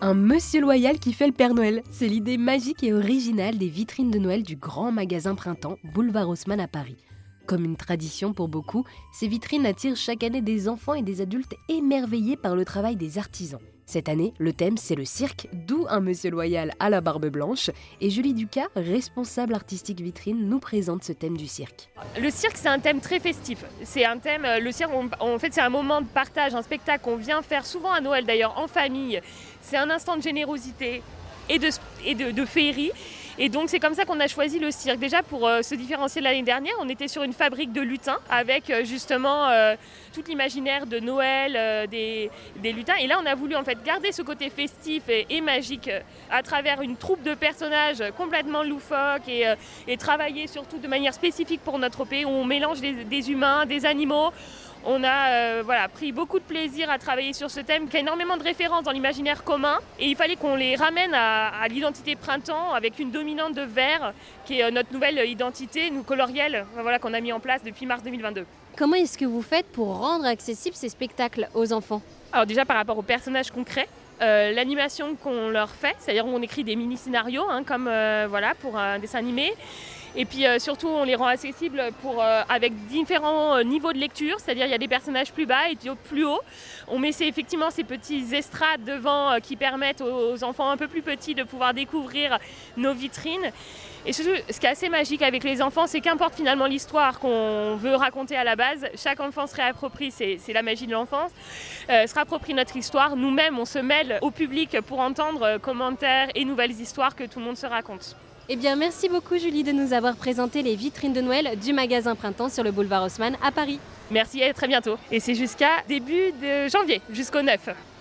Un monsieur loyal qui fait le Père Noël. C'est l'idée magique et originale des vitrines de Noël du grand magasin Printemps, boulevard Haussmann à Paris. Comme une tradition pour beaucoup, ces vitrines attirent chaque année des enfants et des adultes émerveillés par le travail des artisans. Cette année, le thème c'est le cirque, d'où un monsieur loyal à la barbe blanche. Et Julie Ducas, responsable artistique vitrine, nous présente ce thème du cirque. Le cirque, c'est un thème très festif. C'est un thème, le cirque, en fait, c'est un moment de partage, un spectacle qu'on vient faire souvent à Noël d'ailleurs, en famille. C'est un instant de générosité et de féerie. Et donc c'est comme ça qu'on a choisi le cirque. Déjà pour se différencier de l'année dernière, on était sur une fabrique de lutins avec justement tout l'imaginaire de Noël, des lutins. Et là on a voulu en fait garder ce côté festif et magique à travers une troupe de personnages complètement loufoques et travailler surtout de manière spécifique pour notre pays où on mélange des humains, des animaux. On a pris beaucoup de plaisir à travailler sur ce thème qui a énormément de références dans l'imaginaire commun et il fallait qu'on les ramène à l'identité printemps avec une dominante de vert qui est notre nouvelle identité, nous colorielle, qu'on a mis en place depuis mars 2022. Comment est-ce que vous faites pour rendre accessibles ces spectacles aux enfants ? Alors déjà par rapport aux personnages concrets, l'animation qu'on leur fait, c'est-à-dire on écrit des mini-scénarios comme pour un dessin animé. Et puis surtout, on les rend accessibles avec différents niveaux de lecture, c'est-à-dire il y a des personnages plus bas et d'autres plus hauts. On met effectivement ces petits estrades devant qui permettent aux enfants un peu plus petits de pouvoir découvrir nos vitrines. Et surtout, ce qui est assez magique avec les enfants, c'est qu'importe finalement l'histoire qu'on veut raconter à la base, chaque enfant se réapproprie, c'est la magie de l'enfance, se réapproprie notre histoire. Nous-mêmes, on se mêle au public pour entendre commentaires et nouvelles histoires que tout le monde se raconte. Eh bien, merci beaucoup Julie de nous avoir présenté les vitrines de Noël du magasin Printemps sur le boulevard Haussmann à Paris. Merci et à très bientôt. Et c'est jusqu'à début de janvier, jusqu'au 9.